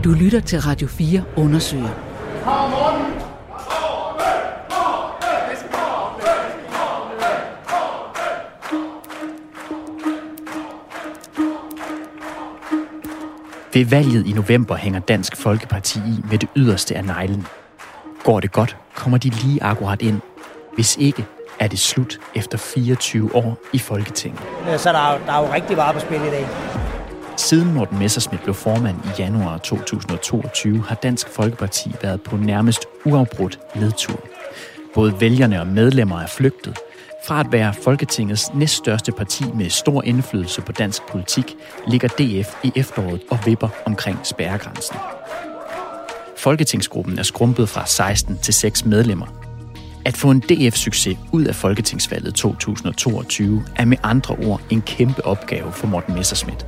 Du lytter til Radio 4 undersøger. Ved valget i november hænger Dansk Folkeparti i med det yderste af neglen. Går det godt, kommer de lige akkurat ind. Hvis ikke, er det slut efter 24 år i Folketinget. Så der er jo rigtig meget på spil i dag. Siden Morten Messerschmidt blev formand i januar 2022, har Dansk Folkeparti været på nærmest uafbrudt nedtur. Både vælgerne og medlemmer er flygtet. Fra at være Folketingets næststørste parti med stor indflydelse på dansk politik, ligger DF i efteråret og vipper omkring spærregrænsen. Folketingsgruppen er skrumpet fra 16 til 6 medlemmer. At få en DF-succes ud af Folketingsvalget 2022 er med andre ord en kæmpe opgave for Morten Messerschmidt.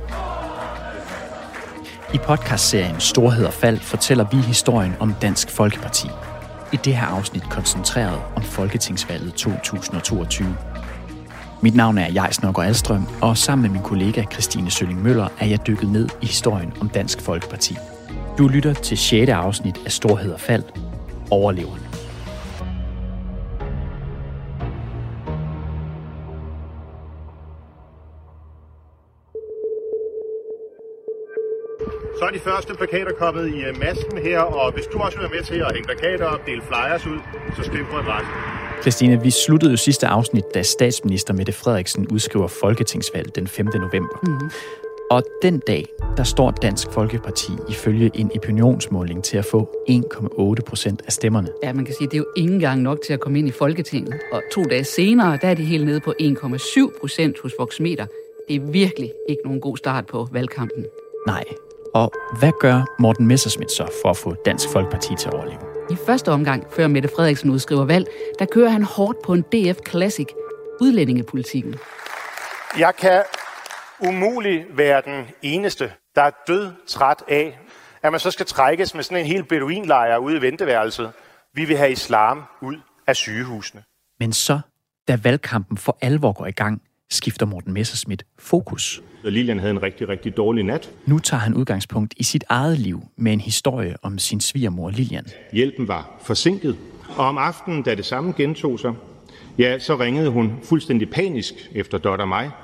I podcastserien Storhed og Fald fortæller vi historien om Dansk Folkeparti. I det her afsnit koncentreret om Folketingsvalget 2022. Mit navn er Jais Nørgaard Alstrøm, og sammen med min kollega Christine Sølling Møller er jeg dykket ned i historien om Dansk Folkeparti. Du lytter til 6. afsnit af Storhed og Fald, Overleverne. Så er de første plakater kommet i masken her, og hvis du også vil være med til at hænge plakater og dele flyers ud, så stem på adressen. Christine, vi sluttede jo sidste afsnit, da statsminister Mette Frederiksen udskriver folketingsvalg den 5. november. Mm-hmm. Og den dag, der står Dansk Folkeparti ifølge en opinionsmåling til at få 1,8% af stemmerne. Ja, man kan sige, at det er jo ikke engang nok til at komme ind i Folketinget. Og 2 dage senere, der er de helt nede på 1,7% hos Voxmeter. Det er virkelig ikke nogen god start på valgkampen. Nej. Og hvad gør Morten Messerschmidt så for at få Dansk Folkeparti til at overleve? I første omgang, før Mette Frederiksen udskriver valg, der kører han hårdt på en DF Classic, udlændingepolitikken. Jeg kan umuligt være den eneste, der er død træt af, at man så skal trækkes med sådan en hel beduinlejr ude i venteværelset. Vi vil have islam ud af sygehusene. Men så, da valgkampen for alvor går i gang, skifter Morten Messerschmidt fokus. Lilian havde en rigtig, rigtig dårlig nat. Nu tager han udgangspunkt i sit eget liv med en historie om sin svigermor Lilian. Hjælpen var forsinket, og om aftenen, da det samme gentog sig, ja, så ringede hun fuldstændig panisk efter Dot og mig.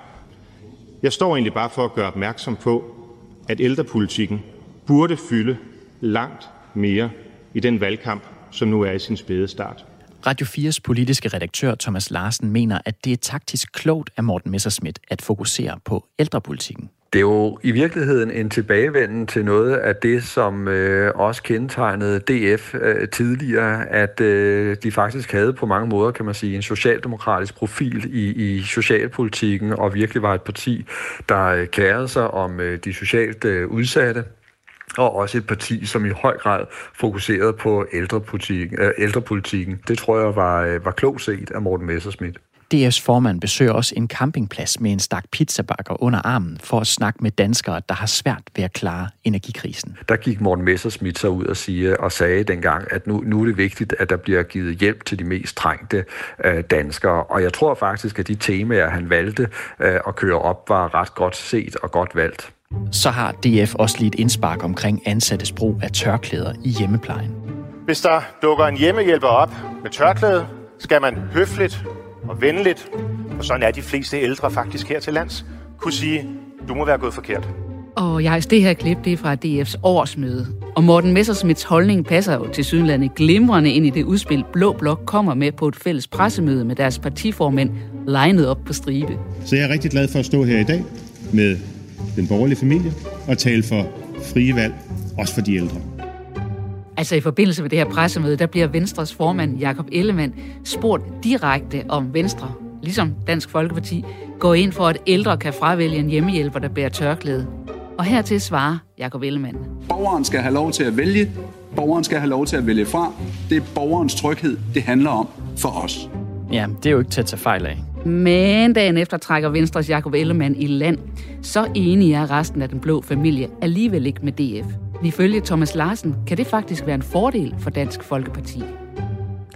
Jeg står egentlig bare for at gøre opmærksom på, at ældrepolitikken burde fylde langt mere i den valgkamp, som nu er i sin spæde start. Radio 4's politiske redaktør Thomas Larsen mener, at det er taktisk klogt af Morten Messerschmidt at fokusere på ældrepolitikken. Det er jo i virkeligheden en tilbagevenden til noget af det, som også kendetegnede DF tidligere, at de faktisk havde på mange måder, kan man sige, en socialdemokratisk profil i socialpolitikken, og virkelig var et parti, der kærede sig om de socialt udsatte. Og også et parti, som i høj grad fokuserede på ældrepolitikken. Det tror jeg var klogt set af Morten Messerschmidt. DF's formand besøger også en campingplads med en stak pizzabakker under armen for at snakke med danskere, der har svært ved at klare energikrisen. Der gik Morten Messerschmidt så ud og sagde dengang, at nu er det vigtigt, at der bliver givet hjælp til de mest trængte danskere. Og jeg tror faktisk, at de temaer, han valgte at køre op, var ret godt set og godt valgt. Så har DF også lige et indspark omkring ansattes brug af tørklæder i hjemmeplejen. Hvis der dukker en hjemmehjælper op med tørklæde, skal man høfligt og venligt, og sådan er de fleste ældre faktisk her til lands, kunne sige, du må være gået forkert. Og det her klip, det er fra DF's årsmøde. Og Morten Messerschmidts holdning passer jo til sydenlandet glimrende ind i det udspil, Blå Blok kommer med på et fælles pressemøde med deres partiformænd linet op på stribe. Så jeg er rigtig glad for at stå her i dag med den borgerlige familie og tale for frie valg, også for de ældre. Altså i forbindelse med det her pressemøde, der bliver Venstres formand Jakob Ellemann spurgt direkte om Venstre, ligesom Dansk Folkeparti, går ind for, at ældre kan fravælge en hjemmehjælper, der bærer tørklæde. Og hertil svarer Jakob Ellemann. Borgeren skal have lov til at vælge. Borgeren skal have lov til at vælge fra. Det er borgerens tryghed, det handler om for os. Ja, det er jo ikke til at tage fejl af. Men dagen efter trækker Venstres Jakob Ellemann i land. Så enige er resten af den blå familie alligevel ikke med DF. Ifølge Thomas Larsen kan det faktisk være en fordel for Dansk Folkeparti.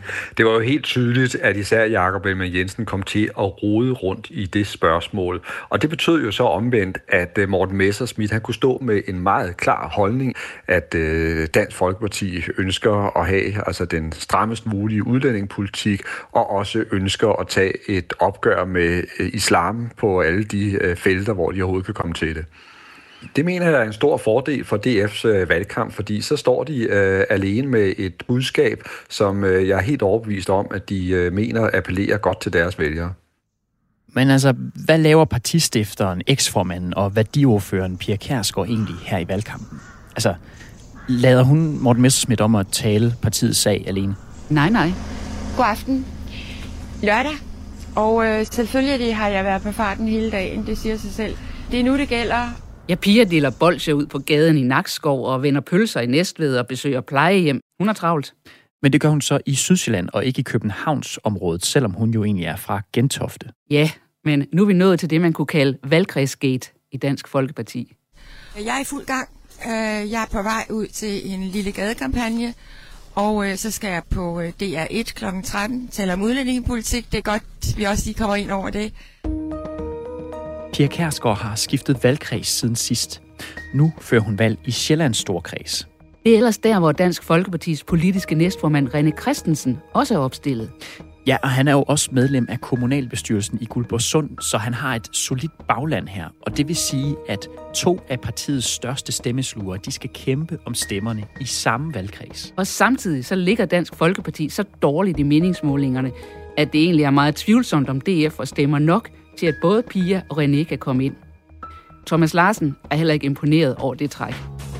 Det var jo helt tydeligt, at især Jakob Ellemann-Jensen kom til at rode rundt i det spørgsmål. Og det betød jo så omvendt, at Morten Messerschmidt han kunne stå med en meget klar holdning, at Dansk Folkeparti ønsker at have altså den strammest mulige udlændingepolitik, og også ønsker at tage et opgør med islam på alle de felter, hvor de overhovedet kan komme til det. Det mener jeg er en stor fordel for DF's valgkamp, fordi så står de alene med et budskab, som jeg er helt overbevist om, at de mener appellerer godt til deres vælgere. Men altså, hvad laver partistifteren, eksformanden og værdiordføreren Pia Kjærsgaard egentlig her i valgkampen? Altså, lader hun Morten Messerschmidt om at tale partiets sag alene? Nej. God aften. Lørdag. Og selvfølgelig har jeg været på farten hele dagen, det siger sig selv. Det er nu, det gælder. Ja, Pia deler bolsjer ud på gaden i Nakskov og vender pølser i Næstved og besøger plejehjem. Hun er travlt. Men det gør hun så i Sydsjælland og ikke i Københavnsområdet, selvom hun jo egentlig er fra Gentofte. Ja, men nu er vi nået til det, man kunne kalde valgkredsgate i Dansk Folkeparti. Jeg er i fuld gang. Jeg er på vej ud til en lille gadekampagne, og så skal jeg på DR1 kl. 13 tale om udlændingepolitik. Det er godt, vi også lige kommer ind over det. Pia Kjærsgaard har skiftet valgkreds siden sidst. Nu fører hun valg i Sjællands Storkreds. Det er ellers der, hvor Dansk Folkepartis politiske næstformand René Christensen også er opstillet. Ja, og han er jo også medlem af kommunalbestyrelsen i Guldborgsund, så han har et solidt bagland her. Og det vil sige, at 2 af partiets største stemmeslugere, de skal kæmpe om stemmerne i samme valgkreds. Og samtidig så ligger Dansk Folkeparti så dårligt i meningsmålingerne, at det egentlig er meget tvivlsomt om DF får stemmer nok til at både Pia og René kan komme ind. Thomas Larsen er heller ikke imponeret over det træk.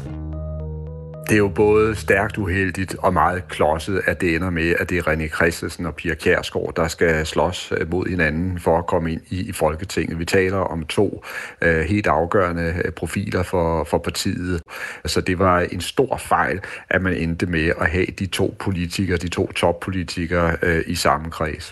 Det er jo både stærkt uheldigt og meget klodset, at det ender med, at det er René Christensen og Pia Kjærsgaard, der skal slås mod hinanden for at komme ind i Folketinget. Vi taler om 2 helt afgørende profiler for partiet. Så det var en stor fejl, at man endte med at have de 2 politikere, de 2 toppolitikere i samme kreds.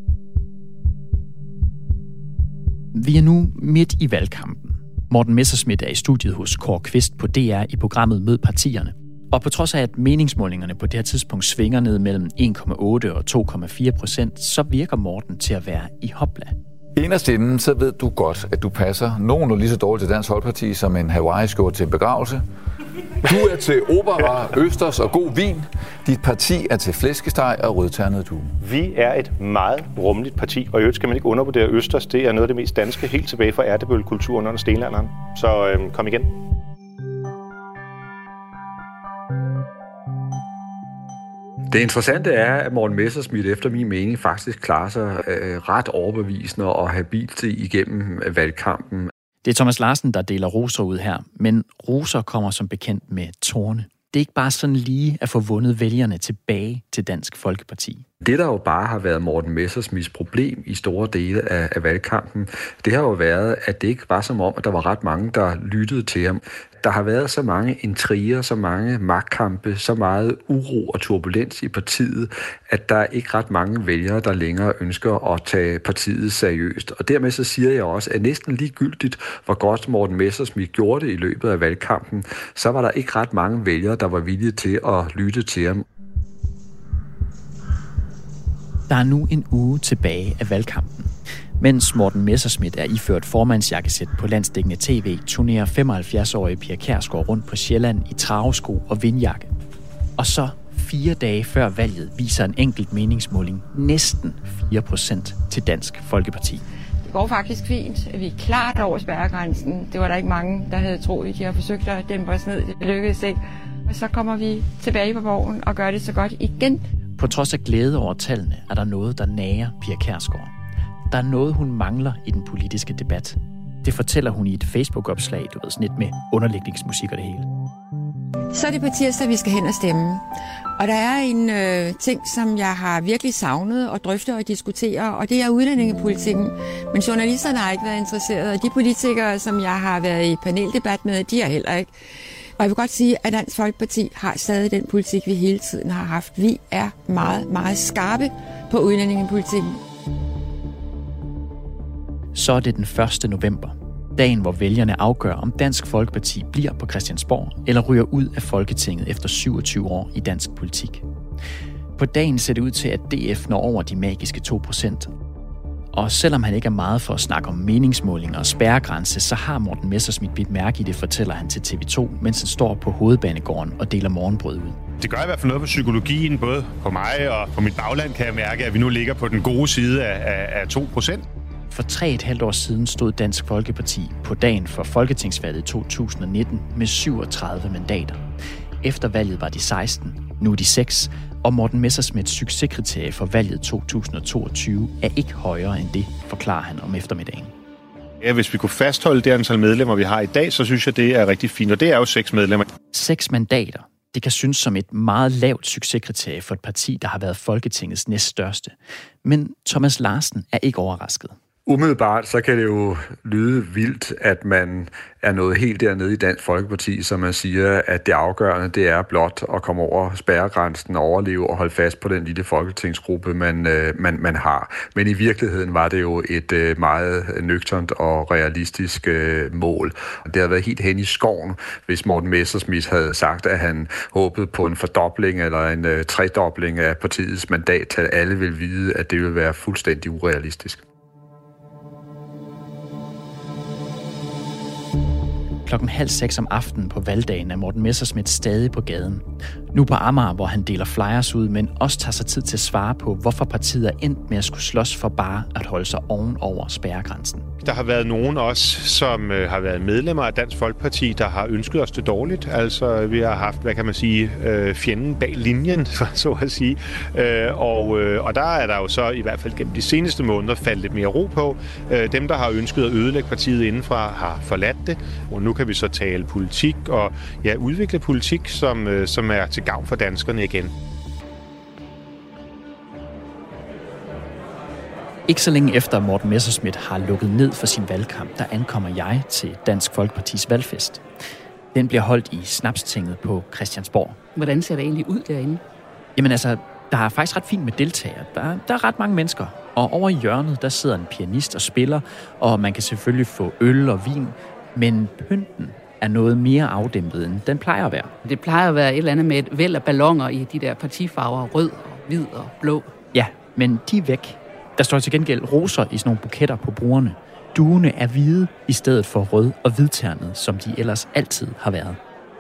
Vi er nu midt i valgkampen. Morten Messerschmidt er i studiet hos Kåre Kvist på DR i programmet Mød Partierne. Og på trods af, at meningsmålingerne på det her tidspunkt svinger ned mellem 1,8 og 2,4%, så virker Morten til at være i hopla. Inderst inden, så ved du godt, at du passer nogenlunde lige så dårligt til Dansk Folkeparti som en Hawaii-skjorte til en begravelse. Du er til opera, østers og god vin. Dit parti er til flæskesteg og rødternet due. Vi er et meget rummeligt parti, og i øvrigt skal man ikke undervurdere østers. Det er noget af det mest danske, helt tilbage fra ærtebøllekulturen under stenalderen. Så kom igen. Det interessante er, at Morten Messerschmidt efter min mening faktisk klarer sig ret overbevisende og habilt igennem valgkampen. Det er Thomas Larsen, der deler roser ud her, men roser kommer som bekendt med torne. Det er ikke bare sådan lige at få vundet vælgerne tilbage til Dansk Folkeparti. Det, der jo bare har været Morten Messerschmidts problem i store dele af valgkampen, det har jo været, at det ikke var som om, at der var ret mange, der lyttede til ham. Der har været så mange intriger, så mange magtkampe, så meget uro og turbulens i partiet, at der er ikke ret mange vælgere, der længere ønsker at tage partiet seriøst. Og dermed så siger jeg også, at næsten ligegyldigt, hvor godt Morten Messerschmidt gjorde det i løbet af valgkampen, så var der ikke ret mange vælgere, der var villige til at lytte til ham. Der er nu en uge tilbage af valgkampen. Mens Morten Messerschmidt er iført formandsjakkesæt på landsdækkende tv, turnerer 75-årige Pia Kjærsgaard rundt på Sjælland i travesko og vindjakke. Og så 4 dage før valget viser en enkelt meningsmåling næsten 4% til Dansk Folkeparti. Det går faktisk fint. Vi er klart over spærregrænsen. Det var der ikke mange, der havde troet. De har forsøgt at dæmpe os ned. Det lykkedes ikke. Og så kommer vi tilbage på borgen og gør det så godt igen. På trods af glæde over tallene, er der noget, der nager Pia Kjærsgaard. Der er noget, hun mangler i den politiske debat. Det fortæller hun i et Facebook-opslag, sådan lidt med underlægningsmusik og det hele. Så er det på tirsdag, vi skal hen og stemme. Og der er en ting, som jeg har virkelig savnet og drøftet og diskutere, og det er udlændingepolitikken. Men journalisterne har ikke været interesserede, og de politikere, som jeg har været i paneldebat med, de er heller ikke. Og jeg vil godt sige, at Dansk Folkeparti har stadig den politik, vi hele tiden har haft. Vi er meget, meget skarpe på udlændingepolitikken. Så er det den 1. november. Dagen, hvor vælgerne afgør, om Dansk Folkeparti bliver på Christiansborg eller ryger ud af Folketinget efter 27 år i dansk politik. På dagen ser det ud til, at DF når over de magiske 2%. Og selvom han ikke er meget for at snakke om meningsmålinger og spærregrænse, så har Morten Messerschmidt bidt mærke i det, fortæller han til TV2, mens han står på Hovedbanegården og deler morgenbrød ud. Det gør i hvert fald noget på psykologien, både på mig og på mit bagland kan jeg mærke, at vi nu ligger på den gode side af 2%. For 3,5 år siden stod Dansk Folkeparti på dagen for Folketingsvalget 2019 med 37 mandater. Efter valget var de 16, nu er de 6, og Morten Messerschmidts succeskriterie for valget 2022 er ikke højere end det, forklarer han om eftermiddagen. Ja, hvis vi kunne fastholde det antal medlemmer, vi har i dag, så synes jeg, det er rigtig fint, og det er jo 6 medlemmer. 6 mandater. Det kan synes som et meget lavt succeskriterie for et parti, der har været Folketingets næststørste. Men Thomas Larsen er ikke overrasket. Umiddelbart så kan det jo lyde vildt, at man er nået helt dernede i Dansk Folkeparti, som man siger, at det afgørende det er blot at komme over spærregrænsen, overleve og holde fast på den lille folketingsgruppe, man har. Men i virkeligheden var det jo et meget nøgternt og realistisk mål. Det havde været helt hen i skoven, hvis Morten Messerschmidt havde sagt, at han håbede på en fordobling eller en tredobling af partiets mandattal. Alle vil vide, at det vil være fuldstændig urealistisk. Klokken 5:30 om aftenen på valgdagen er Morten Messerschmidt stadig på gaden. Nu på Amager, hvor han deler flyers ud, men også tager sig tid til at svare på, hvorfor partiet er endt med at skulle slås for bare at holde sig ovenover spærregrænsen. Der har været nogen også, som har været medlemmer af Dansk Folkeparti, der har ønsket os det dårligt. Altså, vi har haft, hvad kan man sige, fjenden bag linjen, så at sige. Og der er der jo så i hvert fald gennem de seneste måneder faldet lidt mere ro på. Dem, der har ønsket at ødelægge partiet indenfra, har forladt det. Og nu kan vi så tale politik og udvikle politik, som er til gavn for danskerne igen. Ikke så længe efter Morten Messerschmidt har lukket ned for sin valgkamp, der ankommer jeg til Dansk Folkepartis valgfest. Den bliver holdt i Snapstinget på Christiansborg. Hvordan ser det egentlig ud derinde? Jamen altså, der er faktisk ret fint med deltagere. Der er ret mange mennesker. Og over i hjørnet, der sidder en pianist og spiller, og man kan selvfølgelig få øl og vin. Men pynten er noget mere afdæmpet, end den plejer at være. Det plejer at være et eller andet med et væld af balloner i de der partifarver, rød og hvid og blå. Ja, men de er væk. Der står til gengæld roser i sådan nogle buketter på bordene. Duerne er hvide i stedet for rød og hvidternet, som de ellers altid har været.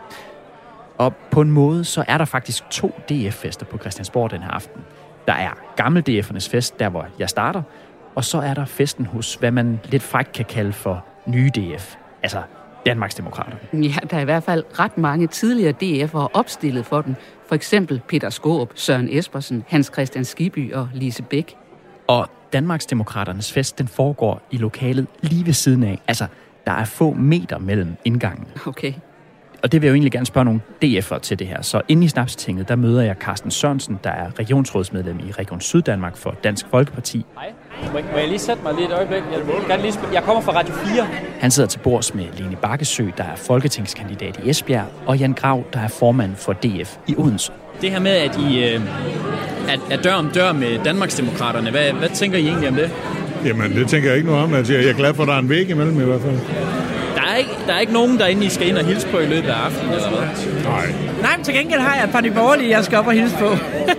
Og på en måde, så er der faktisk 2 DF-fester på Christiansborg den her aften. Der er gammel DF'ernes fest, der hvor jeg starter, og så er der festen hos, hvad man lidt frækt kan kalde for nye DF. Altså Danmarksdemokraterne. Ja, der er i hvert fald ret mange tidligere DF'ere opstillet for den. For eksempel Peter Skaarup, Søren Espersen, Hans Christian Skibby og Lise Bech. Og Danmarksdemokraternes fest, den foregår i lokalet lige ved siden af. Altså, der er få meter mellem indgangen. Okay. Og det vil jeg jo egentlig gerne spørge nogle DF'ere til det her. Så inde i Snapstinget, der møder jeg Carsten Sørensen, der er regionsrådsmedlem i Region Syddanmark for Dansk Folkeparti. Hej. Må jeg lige sætte mig lige et øjeblik? Jeg kommer fra Radio 4. Han sidder til bords med Lene Bakkesø, der er folketingskandidat i Esbjerg, og Jan Grav, der er formand for DF i Odense. Det her med, at I er dør om dør med Danmarksdemokraterne, hvad tænker I egentlig om det? Jamen, det tænker jeg ikke noget om. Jeg er glad for, at der er en væg imellem i hvert fald. Der er ikke nogen, der I skal ind og hilse på i løbet af aftenen, eller hvad? Nej, men til gengæld har jeg et par Nye Borgerlige, jeg skal op og hilse på.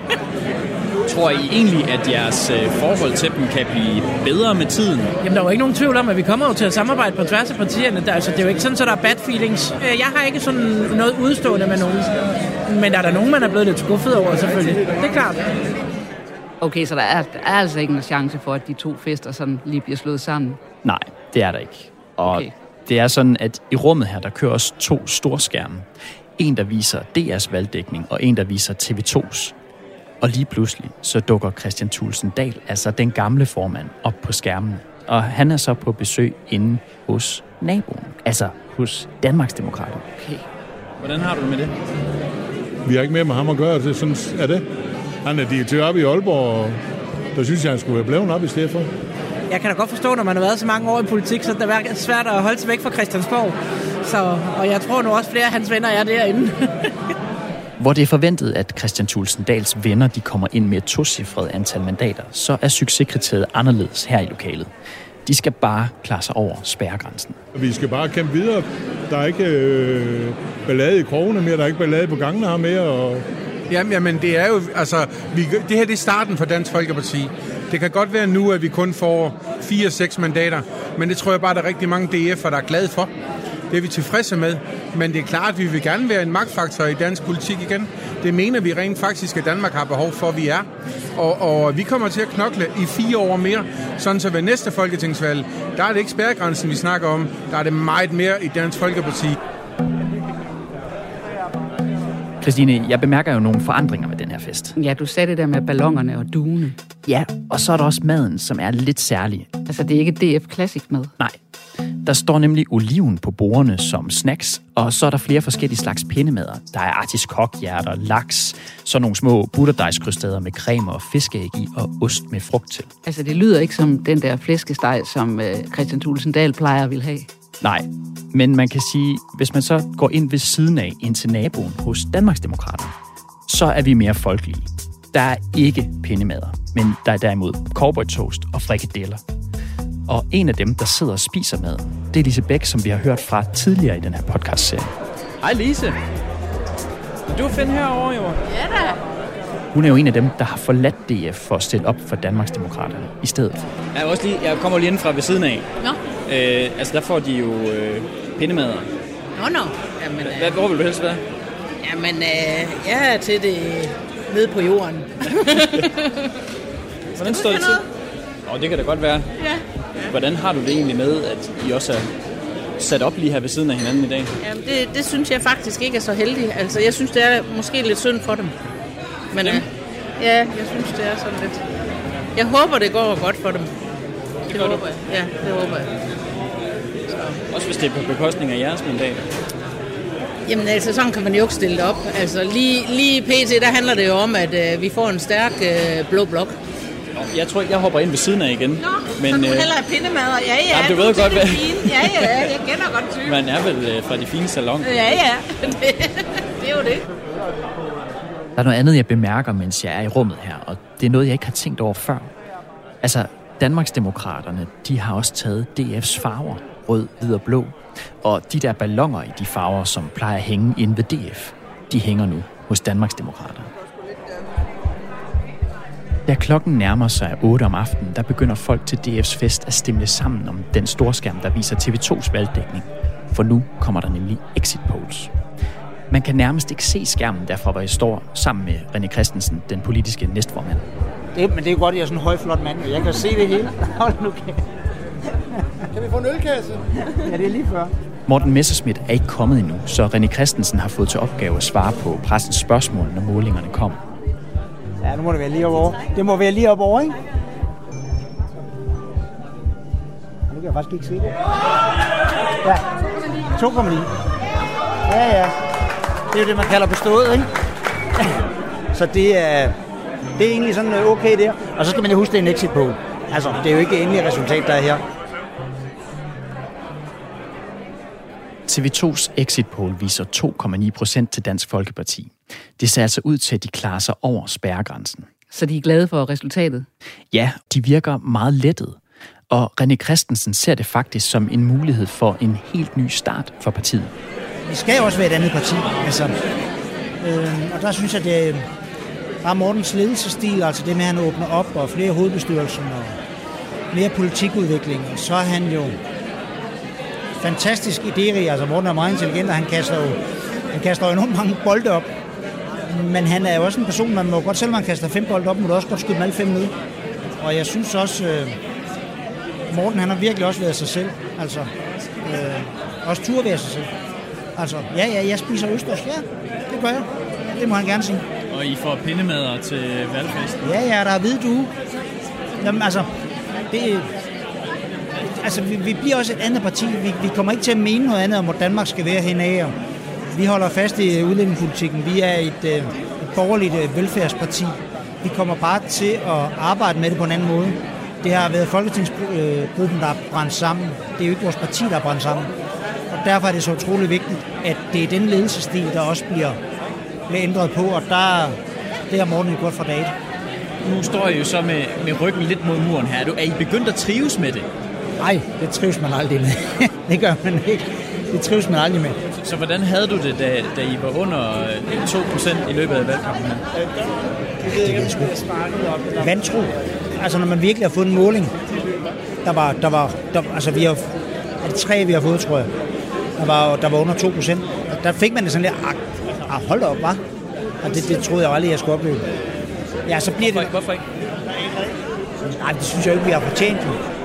Tror I egentlig, at jeres forhold til dem kan blive bedre med tiden? Jamen, der er jo ikke nogen tvivl om, at vi kommer jo til at samarbejde på tværs af partierne. Det er jo ikke sådan, at der er bad feelings. Jeg har ikke sådan noget udstående med nogen. Men der er der nogen, man er blevet lidt skuffet over, selvfølgelig. Det er klart. Okay, så der er altså ikke en chance for, at de 2 fester sådan lige bliver slået sammen? Nej, det er der ikke. Og okay. Det er sådan, at i rummet her, der kører også 2 storskærme. En, der viser DR's valgdækning, og en, der viser TV2's. Og lige pludselig, så dukker Kristian Thulesen Dahl, altså den gamle formand, op på skærmen. Og han er så på besøg inde hos naboen, altså hos Danmarksdemokraterne. Okay. Hvordan har du det med det? Vi har ikke mere med ham at gøre, det synes er det. Han er direktør oppe i Aalborg, og der synes jeg, han skulle være blevet op i stedet for. Jeg kan da godt forstå, når man har været så mange år i politik, så det er svært at holde sig væk fra Christiansborg. Og jeg tror nu også flere af hans venner er derinde. Hvor det er forventet, at Kristian Thulesen Dahls venner de kommer ind med et 2-cifret antal mandater, så er succeskriteriet anderledes her i lokalet. De skal bare klare sig over spærregrænsen. Vi skal bare kæmpe videre. Der er ikke ballade i krogene mere, der er ikke ballade på gangene her mere, og Jamen, det er jo, altså, det her det er starten for Dansk Folkeparti. Det kan godt være nu, at vi kun får 4-6 mandater, men det tror jeg bare, der er rigtig mange DF'er, der er glade for. Det er vi tilfredse med, men det er klart, at vi vil gerne være en magtfaktor i dansk politik igen. Det mener vi rent faktisk, at Danmark har behov for, at vi er. Og vi kommer til at knokle i 4 år mere, sådan så ved næste folketingsvalg, der er det ikke spærregrænsen, vi snakker om, der er det meget mere i Dansk Folkeparti. Christine, jeg bemærker jo nogle forandringer med den her fest. Ja, du sagde det der med ballongerne og duene. Ja, og så er der også maden, som er lidt særlig. Altså, det er ikke DF Classic mad? Nej. Der står nemlig oliven på bordene som snacks, og så er der flere forskellige slags pindemader. Der er artiskokhjerter, laks, så nogle små butterdejskrystader med creme og fiskeæg i, og ost med frugt til. Altså, det lyder ikke som den der flæskesteg, som Kristian Thulesen Dahl plejer at ville have. Nej, men man kan sige, hvis man så går ind ved siden af, ind til naboen hos Danmarksdemokraterne, så er vi mere folkelige. Der er ikke pindemader, men der er derimod cowboytoast og frikadeller. Og en af dem, der sidder og spiser mad, det er Lise Bech, som vi har hørt fra tidligere i den her podcast-serie. Hej Lise. Du er finde herovre, jo. Ja da. Hun er jo en af dem, der har forladt DF for at stille op for Danmarksdemokraterne i stedet. Jeg kommer lige indenfra ved siden af. Nå. Altså, der får de jo pindemader. Nå. Jamen, hvor vil du helst være? Jamen, jeg er til det nede på jorden. Hvordan står det til? Det kan da godt være. Ja. Hvordan har du det egentlig med, at I også er sat op lige her ved siden af hinanden i dag? Jamen, det synes jeg faktisk ikke er så heldigt. Altså, jeg synes, det er måske lidt synd for dem. Men ja, jeg synes, det er sådan lidt. Jeg håber, det går godt for dem. Det håber jeg. Ja, det håber jeg. Så. Også hvis det er på bekostning af jeres mandater? Jamen altså, sådan kan man jo ikke stille det op. Altså, lige pt. Der handler det jo om, at vi får en stærk blå blok. Jeg tror ikke, jeg hopper ind ved siden af igen. Nå, men, så du hellere have pindemader. Ja, du ved godt, hvad. Ja, jeg kender godt typen. Man er vel fra de fine salonger. Ja, det er jo det. Der er noget andet, jeg bemærker, mens jeg er i rummet her, og det er noget, jeg ikke har tænkt over før. Altså, Danmarksdemokraterne, de har også taget DF's farver, rød, hvid og blå. Og de der ballonger i de farver, som plejer at hænge inde ved DF, de hænger nu hos Danmarksdemokraterne. Da klokken nærmer sig 8 om aftenen, der begynder folk til DF's fest at stimle sammen om den storskærm, der viser TV2's valgdækning. For nu kommer der nemlig exit polls. Man kan nærmest ikke se skærmen derfra, hvor jeg står sammen med René Christensen, den politiske næstformand. Men det er jo godt, at jeg er sådan en høj, flot mand. Jeg kan se det hele. Hold nu kæft. Kan vi få en ølkasse? Ja, det er lige før. Morten Messerschmidt er ikke kommet endnu, så René Christensen har fået til opgave at svare på pressens spørgsmål, når målingerne kommer. Ja, nu må det være lige op over. Det må være lige op over, ikke? Nu kan jeg faktisk ikke se det. Ja, 2,9. Ja. Det er jo det, man kalder bestået, ikke? Så det er egentlig sådan okay der. Og så skal man jo huske, det er en exit poll. Altså, det er jo ikke det endelige resultat, der er her. TV2's exit poll viser 2,9% til Dansk Folkeparti. Det ser altså ud til, at de klarer sig over spærregrænsen. Så de er glade for resultatet? Ja, de virker meget lettet. Og René Christensen ser det faktisk som en mulighed for en helt ny start for partiet. Vi skal jo også være et andet parti. Altså, og der synes jeg, det er bare Mortens ledelsesstil, altså det med, at han åbner op og flere hovedbestyrelsen og mere politikudvikling. Og så er han jo fantastisk idérig. Altså Morten er meget intelligent, og han kaster jo enormt mange bolde op. Men han er jo også en person, man må godt, selvom man kaster 5 bolde op, må du også godt skyde dem alle 5 ned. Og jeg synes også, Morten han har virkelig også været sig selv. Altså, også tur være sig selv. Altså, ja, jeg spiser østers. Ja, det gør jeg. Det må han gerne sige. Og I får pindemader til valgfesten? Ja, der er hvide due. Jamen, altså, vi bliver også et andet parti. Vi kommer ikke til at mene noget andet om, hvor Danmark skal være henad. Vi holder fast i udlændingepolitikken. Vi er et borgerligt velfærdsparti. Vi kommer bare til at arbejde med det på en anden måde. Det har været folketingsgruppen, der er brændt sammen. Det er jo ikke vores parti, der er brændt sammen. Og derfor er det så utrolig vigtigt, at det er den ledelsesstil, der også bliver ændret på. Og det har Morten jo godt fra dag. Nu står I jo så med ryggen lidt mod muren her. Er I begyndt at trives med det? Nej, det trives man aldrig med. Det gør man ikke. Det trives man aldrig med. Så hvordan havde du det, da I var under 2% i løbet af valgkampen? Det er sgu vantro. Altså når man virkelig har fået en måling, altså vi har, er det 3, vi har fået, tror jeg, der var under 2%. Der fik man det sådan lidt, hold da op, hva'? Og det troede jeg aldrig, jeg skulle opleve. Ja, så bliver det... Hvorfor ikke? Nej, det synes jeg ikke, vi har fortjent.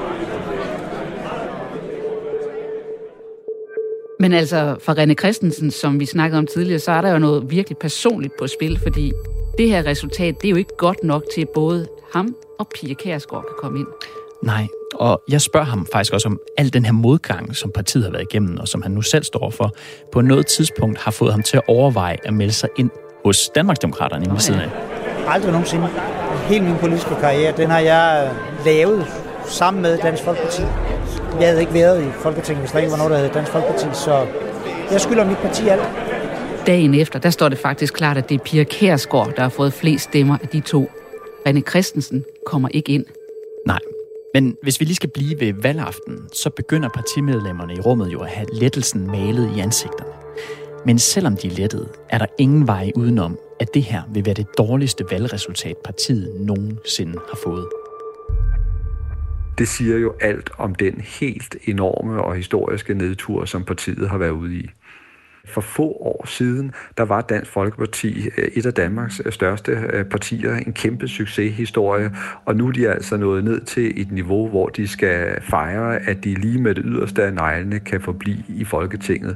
Men altså, for René Christensen, som vi snakkede om tidligere, så er der jo noget virkelig personligt på spil, fordi det her resultat, det er jo ikke godt nok til, at både ham og Pia Kjærsgaard kan komme ind. Nej, og jeg spørger ham faktisk også om al den her modgang, som partiet har været igennem, og som han nu selv står for, på noget tidspunkt har fået ham til at overveje at melde sig ind hos Danmarksdemokraterne i siden af. Aldrig nogensinde. Hele min politiske karriere, den har jeg lavet sammen med Dansk Folkeparti. Jeg havde ikke været i Folketinget, hvis der ikke var noget, der hed Dansk Folkeparti, så jeg skylder mit parti alt. Dagen efter, der står det faktisk klart, at det er Pia Kjærsgaard, der har fået flest stemmer af de to. René Christensen kommer ikke ind. Nej, men hvis vi lige skal blive ved valgaften, så begynder partimedlemmerne i rummet jo at have lettelsen malet i ansigterne. Men selvom de er lettede, er der ingen vej udenom, at det her vil være det dårligste valgresultat, partiet nogensinde har fået. Det siger jo alt om den helt enorme og historiske nedtur, som partiet har været ude i. For få år siden, der var Dansk Folkeparti et af Danmarks største partier, en kæmpe succeshistorie, og nu er de altså nået ned til et niveau, hvor de skal fejre, at de lige med det yderste af neglene kan forblive i Folketinget.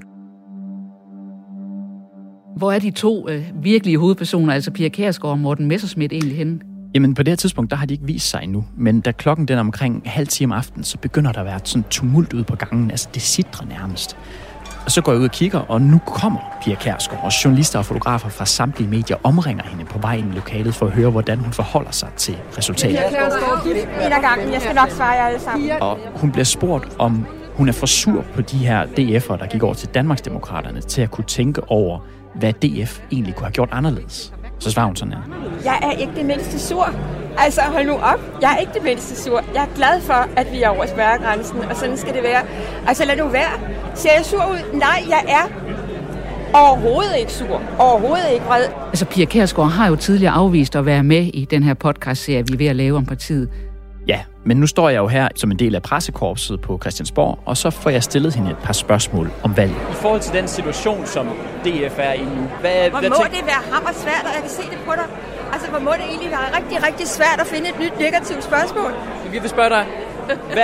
Hvor er de to virkelige hovedpersoner, altså Pia Kjærsgaard og Morten Messerschmidt, egentlig henne? Jamen på det her tidspunkt, der har de ikke vist sig endnu. Men da klokken den er omkring 9:30 om aftenen, så begynder der at være sådan tumult ude på gangen. Altså det sidrer nærmest. Og så går jeg ud og kigger, og nu kommer Pia Kjærsgaard, og journalister og fotografer fra samtlige medier omringer hende på vej ind i lokalet for at høre, hvordan hun forholder sig til resultatet. Pia Kjærsgaard, en af gangen. Jeg skal nok svare jer alle sammen. Og hun bliver spurgt, om hun er for sur på de her DF'er, der gik over til Danmarksdemokraterne, til at kunne tænke over, hvad DF egentlig kunne have gjort anderledes. Så svarer hun sådan her. Jeg er ikke det mindste sur. Altså, hold nu op. Jeg er ikke det mindste sur. Jeg er glad for, at vi er over spærregrænsen, og sådan skal det være. Altså, lad nu være. Ser jeg sur ud? Nej, jeg er overhovedet ikke sur. Overhovedet ikke vred. Altså, Pia Kjærsgaard har jo tidligere afvist at være med i den her podcast-serie, vi er ved at lave om partiet. Ja, men nu står jeg jo her som en del af pressekorpset på Christiansborg, og så får jeg stillet hende et par spørgsmål om valget. I forhold til den situation, som DF er i nu, hvor må det være hammersvært, og jeg kan se det på dig. Altså, hvor må det egentlig være rigtig, rigtig svært at finde et nyt negativt spørgsmål? Jeg vil spørge dig, hvad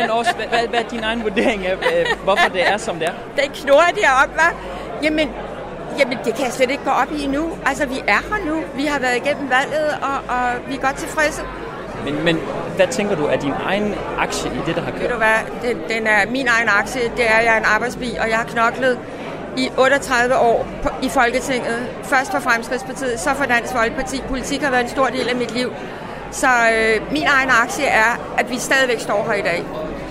er din egen vurdering af, hvorfor det er, som det er? Den knurrer deroppe, hva'? Jamen, det kan jeg slet ikke gå op i nu. Altså, vi er her nu. Vi har været igennem valget, og vi er godt tilfredse. Men hvad tænker du, er din egen aktie i det, der har kørt? Ved du hvad, den er min egen aktie. Det er, jeg er en arbejdsbi, og jeg har knoklet i 38 år i Folketinget. Først for Fremskridtspartiet, så for Dansk Folkeparti. Politik har været en stor del af mit liv. Så min egen aktie er, at vi stadigvæk står her i dag.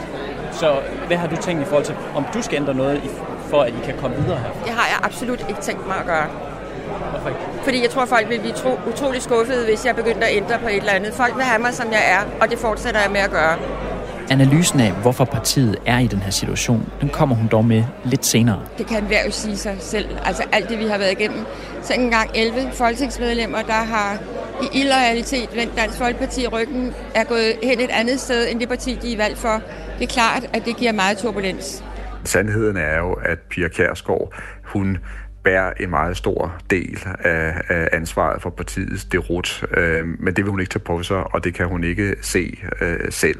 Så hvad har du tænkt i forhold til, om du skal ændre noget, for at I kan komme videre her? Det har jeg absolut ikke tænkt mig at gøre. Hvorfor ikke? Fordi jeg tror, folk vil blive utrolig skuffede, hvis jeg begynder at ændre på et eller andet. Folk vil have mig, som jeg er, og det fortsætter jeg med at gøre. Analysen af, hvorfor partiet er i den her situation, den kommer hun dog med lidt senere. Det kan enhver jo sige sig selv. Altså alt det, vi har været igennem. Så ikke engang 11 folketingsmedlemmer, der har i illoyalitet vendt Dansk Folkeparti i ryggen, er gået hen et andet sted end det parti, de er valgt for. Det er klart, at det giver meget turbulens. Sandheden er jo, at Pia Kjærsgaard, hun bærer en meget stor del af ansvaret for partiets derut, men det vil hun ikke tage på sig, og det kan hun ikke se selv.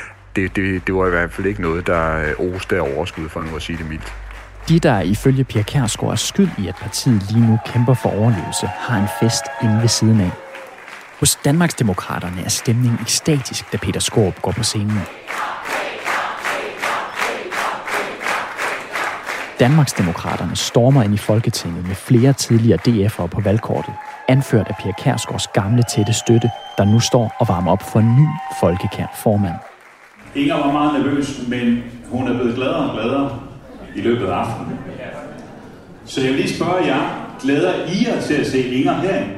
Det var i hvert fald ikke noget, der oste af overskud, for nu at sige det mildt. De, der ifølge Pia Kjærsgaard er skyld i, at partiet lige nu kæmper for overlevelse, har en fest inde ved siden af. Hos Danmarksdemokraterne er stemningen ekstatisk, da Peter Skaarup går på scenen. Danmarksdemokraterne stormer ind i Folketinget med flere tidligere DF'ere på valgkortet, anført af Pia Kjærsgaards gamle tætte støtte, der nu står og varmer op for en ny folkekær formand. Inger var meget nervøs, men hun er blevet gladere og gladere i løbet af aftenen. Så jeg vil lige spørge jer, glæder I jer til at se Inger herinde?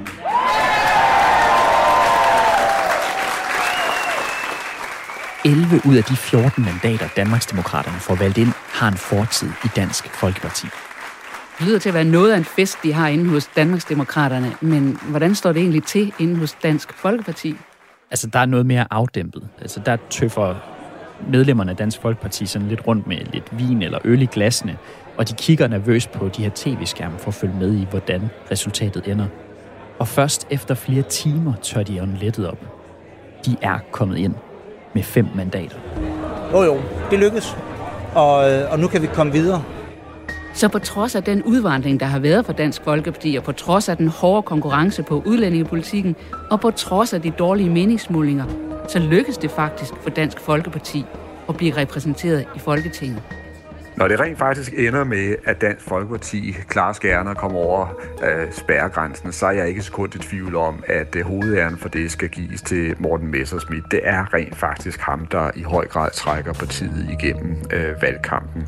– 11 ud af de 14 mandater, Danmarksdemokraterne får valgt ind, har en fortid i Dansk Folkeparti. Det lyder til at være noget af en fest, de har inde hos Danmarksdemokraterne, men hvordan står det egentlig til inde hos Dansk Folkeparti? Altså, der er noget mere afdæmpet. Altså, der tøffer medlemmerne af Dansk Folkeparti sådan lidt rundt med lidt vin eller øl i glasene, og de kigger nervøst på de her tv-skærme for at følge med i, hvordan resultatet ender. Og først efter flere timer tør de ånde lettet op. De er kommet ind med 5 mandater. Jo, det lykkes, og nu kan vi komme videre. Så på trods af den udvandring, der har været for Dansk Folkeparti, og på trods af den hårde konkurrence på udlændingepolitikken, og på trods af de dårlige meningsmålinger, så lykkes det faktisk for Dansk Folkeparti at blive repræsenteret i Folketinget. Når det rent faktisk ender med, at Dansk Folkeparti klarer skærne og kommer over spærregrænsen, så er jeg ikke sekund i tvivl om, at hovedæren for det skal gives til Morten Messerschmidt. Det er rent faktisk ham, der i høj grad trækker partiet igennem valgkampen.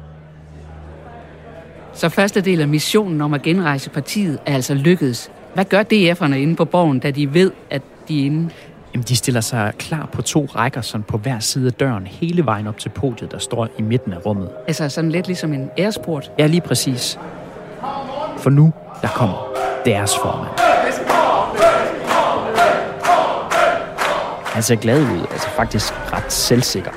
Så første del af missionen om at genrejse partiet er altså lykkedes. Hvad gør DF'erne inde på Borgen, da de ved, at de er inde? Jamen, de stiller sig klar på 2 rækker sådan på hver side af døren, hele vejen op til podiet, der står i midten af rummet. Altså sådan lidt ligesom en æresport? Ja, lige præcis. For nu, der kommer deres formand. Han ser glad ud, altså faktisk ret selvsikker.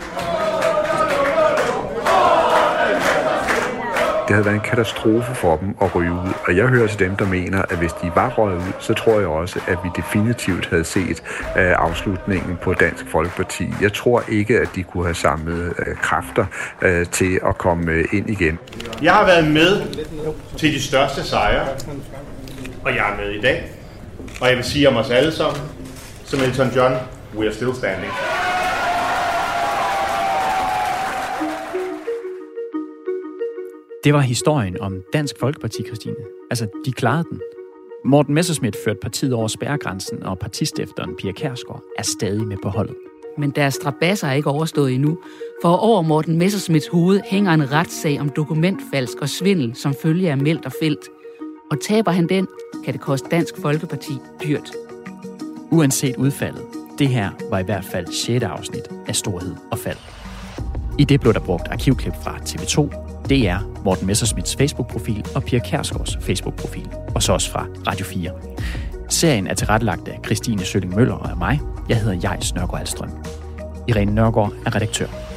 Det havde været en katastrofe for dem at ryge ud, og jeg hører til dem, der mener, at hvis de var røget ud, så tror jeg også, at vi definitivt havde set afslutningen på Dansk Folkeparti. Jeg tror ikke, at de kunne have samlet kræfter til at komme ind igen. Jeg har været med til de største sejre, og jeg er med i dag. Og jeg vil sige om os alle sammen, som Elton John, we are still standing. Det var historien om Dansk Folkeparti, Christine. Altså, de klarede den. Morten Messerschmidt førte partiet over spærregrænsen, og partistifteren Pia Kjærsgaard er stadig med på holdet. Men deres strabasser er ikke overstået endnu, for over Morten Messerschmidts hoved hænger en retssag om dokumentfalsk og svindel, som følge af Meldt og Felt. Og taber han den, kan det koste Dansk Folkeparti dyrt. Uanset udfaldet, det her var i hvert fald 6. afsnit af Storhed og Fald. I det blev der brugt arkivklip fra TV2, DR, Morten Messerschmidts Facebook-profil og Pia Kjærsgaards Facebook-profil, og så også fra Radio 4. Serien er tilrettelagt af Christine Sølling Møller og af mig. Jeg hedder Jais Nørgaard Alstrøm. Irene Nørgaard er redaktør.